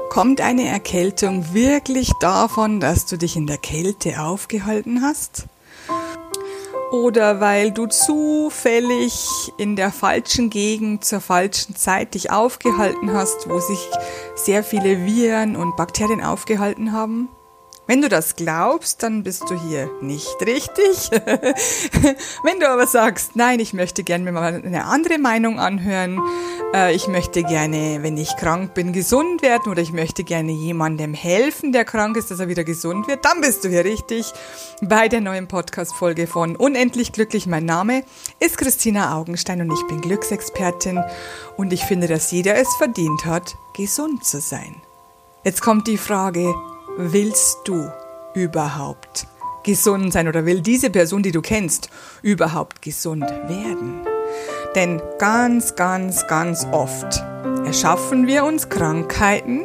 Kommt eine Erkältung wirklich davon, dass du dich in der Kälte aufgehalten hast? Oder weil du zufällig in der falschen Gegend zur falschen Zeit dich aufgehalten hast, wo sich sehr viele Viren und Bakterien aufgehalten haben? Wenn du das glaubst, dann bist du hier nicht richtig. Wenn du aber sagst, nein, ich möchte gerne mir mal eine andere Meinung anhören, ich möchte gerne, wenn ich krank bin, gesund werden oder ich möchte gerne jemandem helfen, der krank ist, dass er wieder gesund wird, dann bist du hier richtig bei der neuen Podcast-Folge von Unendlich Glücklich. Mein Name ist Christina Augenstein und ich bin Glücksexpertin und ich finde, dass jeder es verdient hat, gesund zu sein. Jetzt kommt die Frage: Willst du überhaupt gesund sein oder will diese Person, die du kennst, überhaupt gesund werden? Denn ganz oft erschaffen wir uns Krankheiten,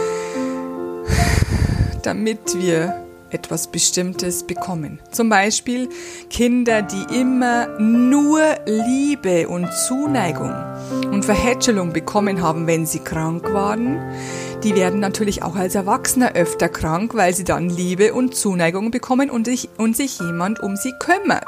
damit wir etwas Bestimmtes bekommen. Zum Beispiel Kinder, die immer nur Liebe und Zuneigung und Verhätschelung bekommen haben, wenn sie krank waren. Die werden natürlich auch als Erwachsener öfter krank, weil sie dann Liebe und Zuneigung bekommen und sich jemand um sie kümmert.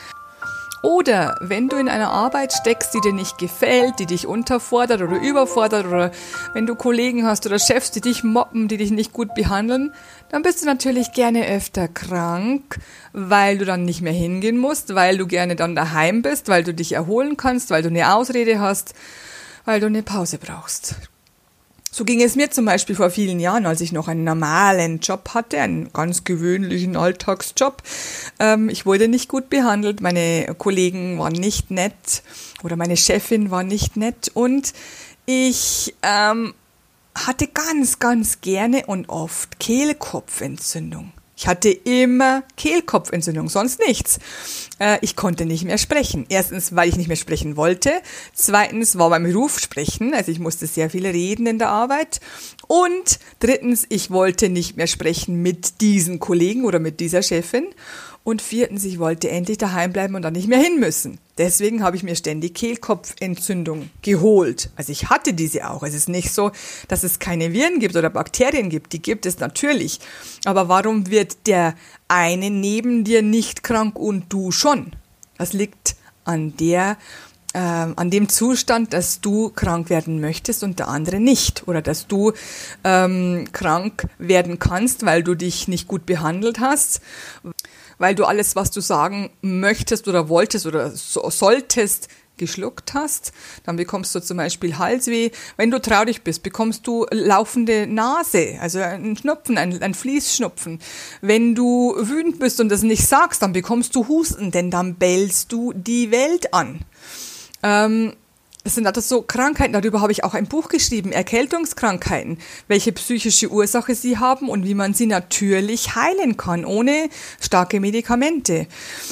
Oder wenn du in einer Arbeit steckst, die dir nicht gefällt, die dich unterfordert oder überfordert, oder wenn du Kollegen hast oder Chefs, die dich mobben, die dich nicht gut behandeln, dann bist du natürlich gerne öfter krank, weil du dann nicht mehr hingehen musst, weil du gerne dann daheim bist, weil du dich erholen kannst, weil du eine Ausrede hast, weil du eine Pause brauchst. So ging es mir zum Beispiel vor vielen Jahren, als ich noch einen normalen Job hatte, einen ganz gewöhnlichen Alltagsjob. Ich wurde nicht gut behandelt, meine Kollegen waren nicht nett oder meine Chefin war nicht nett und ich hatte ganz gerne und oft Kehlkopfentzündung. Ich hatte immer Kehlkopfentzündung, sonst nichts. Ich konnte nicht mehr sprechen. Erstens, weil ich nicht mehr sprechen wollte. Zweitens war mein Beruf Sprechen, also ich musste sehr viel reden in der Arbeit. Und drittens, ich wollte nicht mehr sprechen mit diesen Kollegen oder mit dieser Chefin. Und viertens, ich wollte endlich daheim bleiben und dann nicht mehr hin müssen. Deswegen habe ich mir ständig Kehlkopfentzündung geholt. Also ich hatte diese auch. Es ist nicht so, dass es keine Viren gibt oder Bakterien gibt. Die gibt es natürlich. Aber warum wird der eine neben dir nicht krank und du schon? Das liegt an dem Zustand, dass du krank werden möchtest und der andere nicht. Oder dass du krank werden kannst, weil du dich nicht gut behandelt hast, weil du alles, was du sagen möchtest oder wolltest oder solltest, geschluckt hast. Dann bekommst du zum Beispiel Halsweh. Wenn du traurig bist, bekommst du laufende Nase, also ein Schnupfen, ein Fließschnupfen. Wenn du wütend bist und das nicht sagst, dann bekommst du Husten, denn dann bellst du die Welt an. Das sind also so Krankheiten, darüber habe ich auch ein Buch geschrieben, Erkältungskrankheiten, welche psychische Ursache sie haben und wie man sie natürlich heilen kann, ohne starke Medikamente.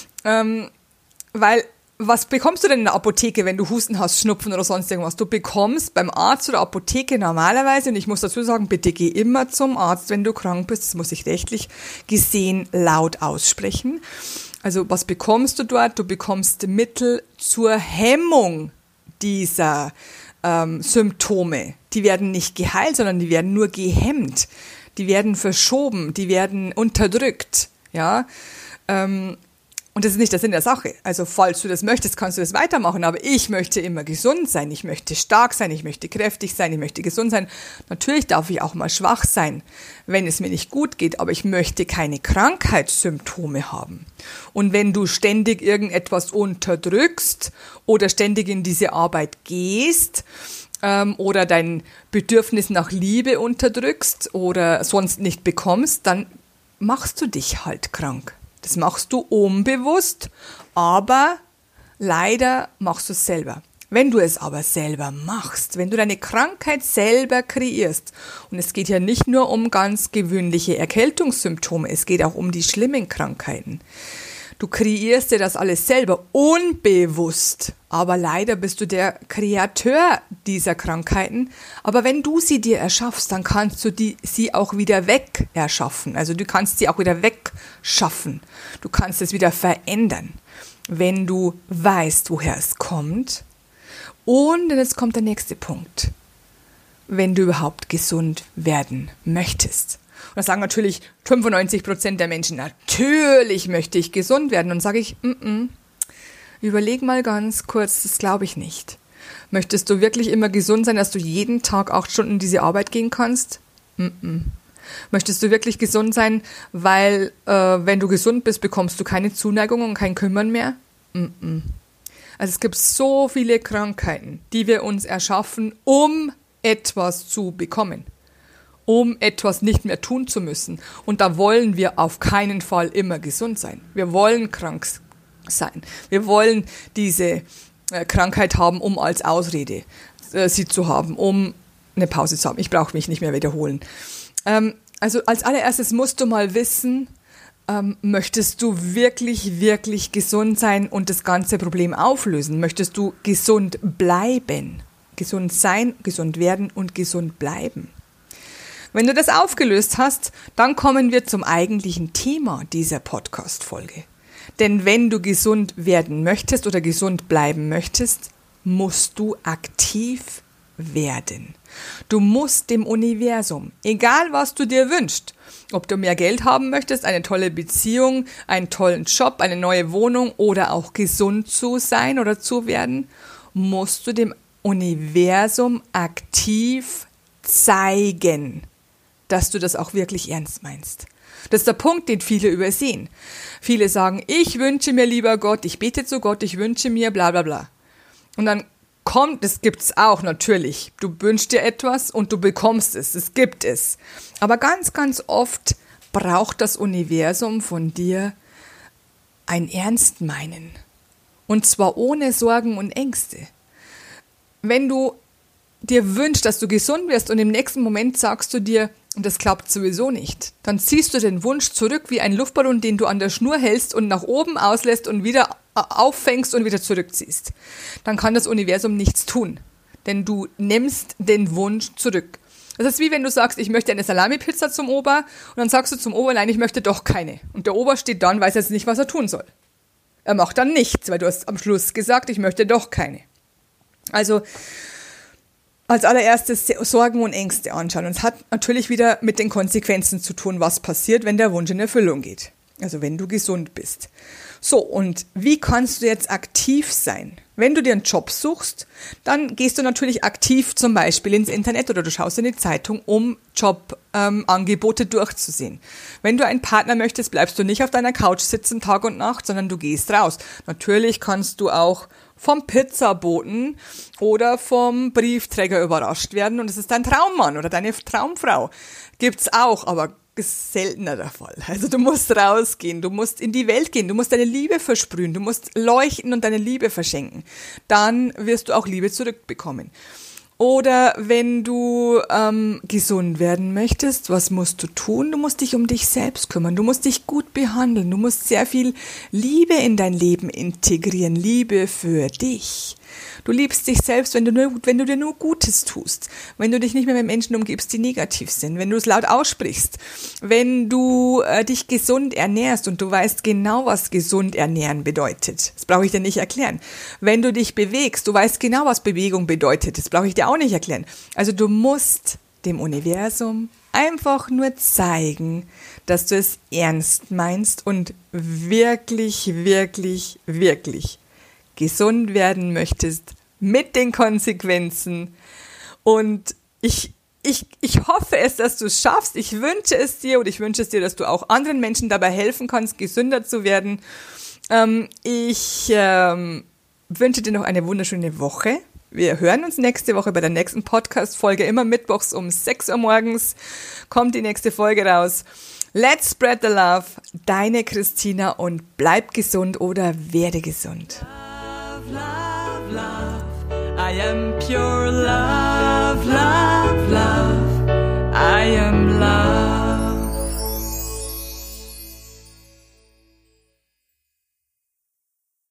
Weil, was bekommst du denn in der Apotheke, wenn du Husten hast, Schnupfen oder sonst irgendwas? Du bekommst beim Arzt oder Apotheke normalerweise, und ich muss dazu sagen, bitte geh immer zum Arzt, wenn du krank bist, das muss ich rechtlich gesehen laut aussprechen. Also was bekommst du dort? Du bekommst Mittel zur Hemmung dieser Symptome. Die werden nicht geheilt, sondern die werden nur gehemmt. Die werden verschoben, die werden unterdrückt. Ja. Und das ist nicht der Sinn der Sache. Also falls du das möchtest, kannst du das weitermachen. Aber ich möchte immer gesund sein. Ich möchte stark sein. Ich möchte kräftig sein. Ich möchte gesund sein. Natürlich darf ich auch mal schwach sein, wenn es mir nicht gut geht. Aber ich möchte keine Krankheitssymptome haben. Und wenn du ständig irgendetwas unterdrückst oder ständig in diese Arbeit gehst oder dein Bedürfnis nach Liebe unterdrückst oder sonst nicht bekommst, dann machst du dich halt krank. Das machst du unbewusst, aber leider machst du es selber. Wenn du es aber selber machst, wenn du deine Krankheit selber kreierst, und es geht ja nicht nur um ganz gewöhnliche Erkältungssymptome, es geht auch um die schlimmen Krankheiten. Du kreierst dir das alles selber, unbewusst, aber leider bist du der Kreateur dieser Krankheiten. Aber wenn du sie dir erschaffst, dann kannst du sie auch wieder weg erschaffen. Also du kannst sie auch wieder wegschaffen. Du kannst es wieder verändern, wenn du weißt, woher es kommt. Und jetzt kommt der nächste Punkt. wenn du überhaupt gesund werden möchtest. Und da sagen natürlich 95% der Menschen, natürlich möchte ich gesund werden. Und sage ich, überleg mal ganz kurz, das glaube ich nicht. Möchtest du wirklich immer gesund sein, dass du jeden Tag 8 Stunden in diese Arbeit gehen kannst? Möchtest du wirklich gesund sein, weil wenn du gesund bist, bekommst du keine Zuneigung und kein Kümmern mehr? Also es gibt so viele Krankheiten, die wir uns erschaffen, um etwas zu bekommen, um etwas nicht mehr tun zu müssen. Und da wollen wir auf keinen Fall immer gesund sein. Wir wollen krank sein. Wir wollen diese Krankheit haben, um als Ausrede sie zu haben, um eine Pause zu haben. Ich brauche mich nicht mehr wiederholen. Also als allererstes musst du mal wissen, möchtest du wirklich, wirklich gesund sein und das ganze Problem auflösen? Möchtest du gesund bleiben? Gesund sein, gesund werden und gesund bleiben. Wenn du das aufgelöst hast, dann kommen wir zum eigentlichen Thema dieser Podcast-Folge. Denn wenn du gesund werden möchtest oder gesund bleiben möchtest, musst du aktiv werden. Du musst dem Universum, egal was du dir wünschst, ob du mehr Geld haben möchtest, eine tolle Beziehung, einen tollen Job, eine neue Wohnung oder auch gesund zu sein oder zu werden, musst du dem Universum aktiv zeigen, dass du das auch wirklich ernst meinst. Das ist der Punkt, den viele übersehen. Viele sagen, ich wünsche mir lieber Gott, ich bete zu Gott, ich wünsche mir bla bla bla. Und dann kommt, das gibt's auch natürlich. Du wünschst dir etwas und du bekommst es. Es gibt es. Aber ganz, ganz oft braucht das Universum von dir ein Ernstmeinen. Und zwar ohne Sorgen und Ängste. Wenn du dir wünschst, dass du gesund wirst und im nächsten Moment sagst du dir, und das klappt sowieso nicht, dann ziehst du den Wunsch zurück wie ein Luftballon, den du an der Schnur hältst und nach oben auslässt und wieder auffängst und wieder zurückziehst. Dann kann das Universum nichts tun, denn du nimmst den Wunsch zurück. Das ist wie wenn du sagst, ich möchte eine Salami-Pizza zum Ober und dann sagst du zum Ober, nein, ich möchte doch keine. Und der Ober steht dann, weiß jetzt nicht, was er tun soll. Er macht dann nichts, weil du hast am Schluss gesagt, ich möchte doch keine. Also als allererstes Sorgen und Ängste anschauen. Und es hat natürlich wieder mit den Konsequenzen zu tun, was passiert, wenn der Wunsch in Erfüllung geht. Also wenn du gesund bist. So, und wie kannst du jetzt aktiv sein? Wenn du dir einen Job suchst, dann gehst du natürlich aktiv zum Beispiel ins Internet oder du schaust in die Zeitung, um Jobangebote durchzusehen. Wenn du einen Partner möchtest, bleibst du nicht auf deiner Couch sitzen Tag und Nacht, sondern du gehst raus. Natürlich kannst du auch vom Pizzaboten oder vom Briefträger überrascht werden und es ist dein Traummann oder deine Traumfrau. Gibt's auch, aber ist seltener der Fall. Also du musst rausgehen, du musst in die Welt gehen, du musst deine Liebe versprühen, du musst leuchten und deine Liebe verschenken. Dann wirst du auch Liebe zurückbekommen. Oder wenn du gesund werden möchtest, was musst du tun? Du musst dich um dich selbst kümmern, du musst dich gut behandeln, du musst sehr viel Liebe in dein Leben integrieren, Liebe für dich. Du liebst dich selbst, wenn du dir nur Gutes tust, wenn du dich nicht mehr mit Menschen umgibst, die negativ sind, wenn du es laut aussprichst, wenn du dich gesund ernährst und du weißt genau, was gesund ernähren bedeutet. Das brauche ich dir nicht erklären. Wenn du dich bewegst, du weißt genau, was Bewegung bedeutet. Das brauche ich dir auch nicht erklären. Also du musst dem Universum einfach nur zeigen, dass du es ernst meinst und wirklich, wirklich, wirklich gesund werden möchtest mit den Konsequenzen. Und ich hoffe es, dass du es schaffst. Ich wünsche es dir und ich wünsche es dir, dass du auch anderen Menschen dabei helfen kannst, gesünder zu werden. Ich wünsche dir noch eine wunderschöne Woche. Wir hören uns nächste Woche bei der nächsten Podcast-Folge. Immer mittwochs um 6 Uhr morgens kommt die nächste Folge raus. Let's spread the love. Deine Christina und bleib gesund oder werde gesund. Love, love, love, I am pure love.